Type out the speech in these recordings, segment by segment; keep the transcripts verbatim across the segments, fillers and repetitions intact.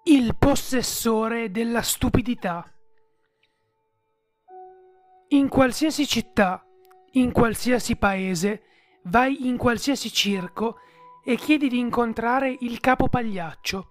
Il possessore della stupidità. In qualsiasi città, in qualsiasi paese, vai in qualsiasi circo e chiedi di incontrare il capo pagliaccio.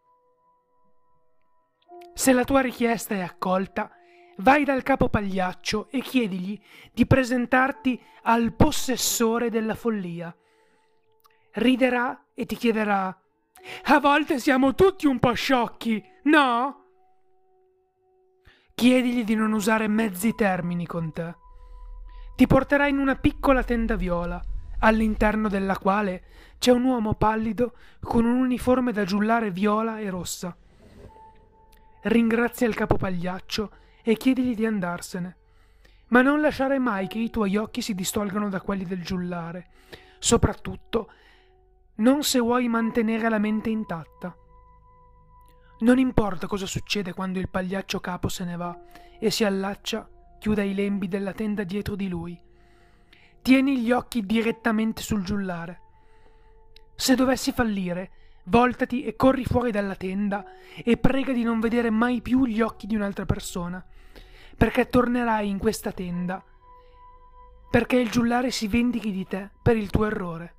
Se la tua richiesta è accolta, vai dal capo pagliaccio e chiedigli di presentarti al possessore della follia. Riderà e ti chiederà: a volte siamo tutti un po' sciocchi, no? Chiedigli di non usare mezzi termini con te. Ti porterà in una piccola tenda viola, all'interno della quale c'è un uomo pallido con un uniforme da giullare viola e rossa. Ringrazia il capo pagliaccio e chiedigli di andarsene, ma non lasciare mai che i tuoi occhi si distolgano da quelli del giullare, soprattutto non se vuoi mantenere la mente intatta. Non importa cosa succede quando il pagliaccio capo se ne va e si allaccia, chiude i lembi della tenda dietro di lui. Tieni gli occhi direttamente sul giullare. Se dovessi fallire, voltati e corri fuori dalla tenda e prega di non vedere mai più gli occhi di un'altra persona, perché tornerai in questa tenda, perché il giullare si vendichi di te per il tuo errore.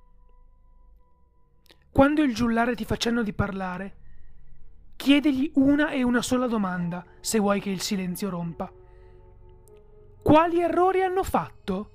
Quando il giullare ti fa cenno di parlare, chiedegli una e una sola domanda, se vuoi che il silenzio rompa. Quali errori hanno fatto?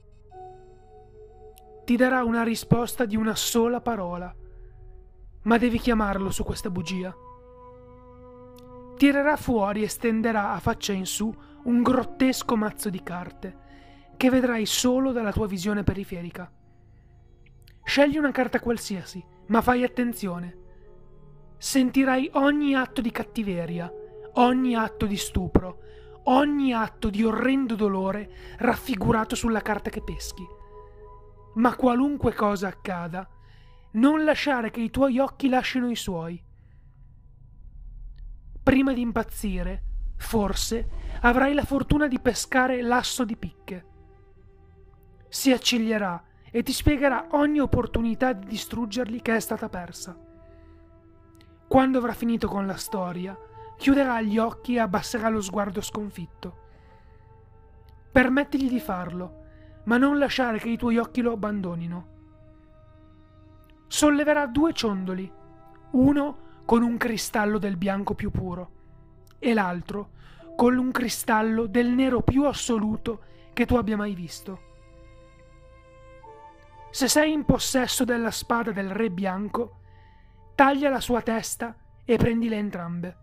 Ti darà una risposta di una sola parola, ma devi chiamarlo su questa bugia. Tirerà fuori e stenderà a faccia in su un grottesco mazzo di carte, che vedrai solo dalla tua visione periferica. Scegli una carta qualsiasi, ma fai attenzione. Sentirai ogni atto di cattiveria, ogni atto di stupro, ogni atto di orrendo dolore raffigurato sulla carta che peschi. Ma qualunque cosa accada, non lasciare che i tuoi occhi lascino i suoi. Prima di impazzire, forse, avrai la fortuna di pescare l'asso di picche. Si acciglierà e ti spiegherà ogni opportunità di distruggerli che è stata persa. Quando avrà finito con la storia, chiuderà gli occhi e abbasserà lo sguardo sconfitto. Permettigli di farlo, ma non lasciare che i tuoi occhi lo abbandonino. Solleverà due ciondoli, uno con un cristallo del bianco più puro e l'altro con un cristallo del nero più assoluto che tu abbia mai visto. Se sei in possesso della spada del re bianco, taglia la sua testa e prendile entrambe.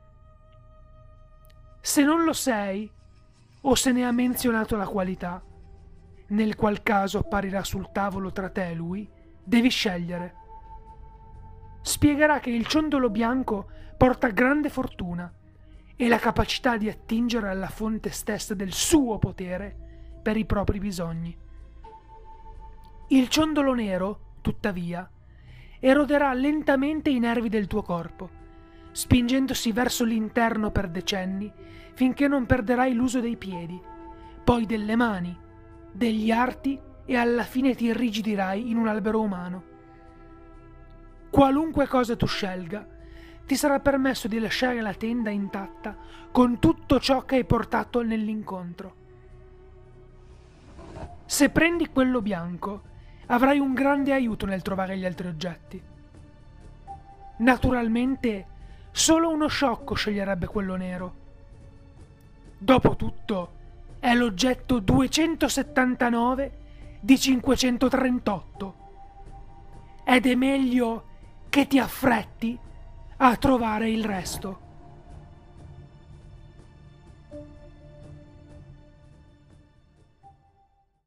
Se non lo sei, o se ne ha menzionato la qualità, nel qual caso apparirà sul tavolo tra te e lui, devi scegliere. Spiegherà che il ciondolo bianco porta grande fortuna e la capacità di attingere alla fonte stessa del suo potere per i propri bisogni. Il ciondolo nero, tuttavia, eroderà lentamente i nervi del tuo corpo, spingendosi verso l'interno per decenni finché non perderai l'uso dei piedi, poi delle mani, degli arti e alla fine ti irrigidirai in un albero umano. Qualunque cosa tu scelga, ti sarà permesso di lasciare la tenda intatta con tutto ciò che hai portato nell'incontro. Se prendi quello bianco, avrai un grande aiuto nel trovare gli altri oggetti. Naturalmente, solo uno sciocco sceglierebbe quello nero. Dopotutto, è l'oggetto duecentosettantanove di cinquecentotrentotto ed è meglio che ti affretti a trovare il resto.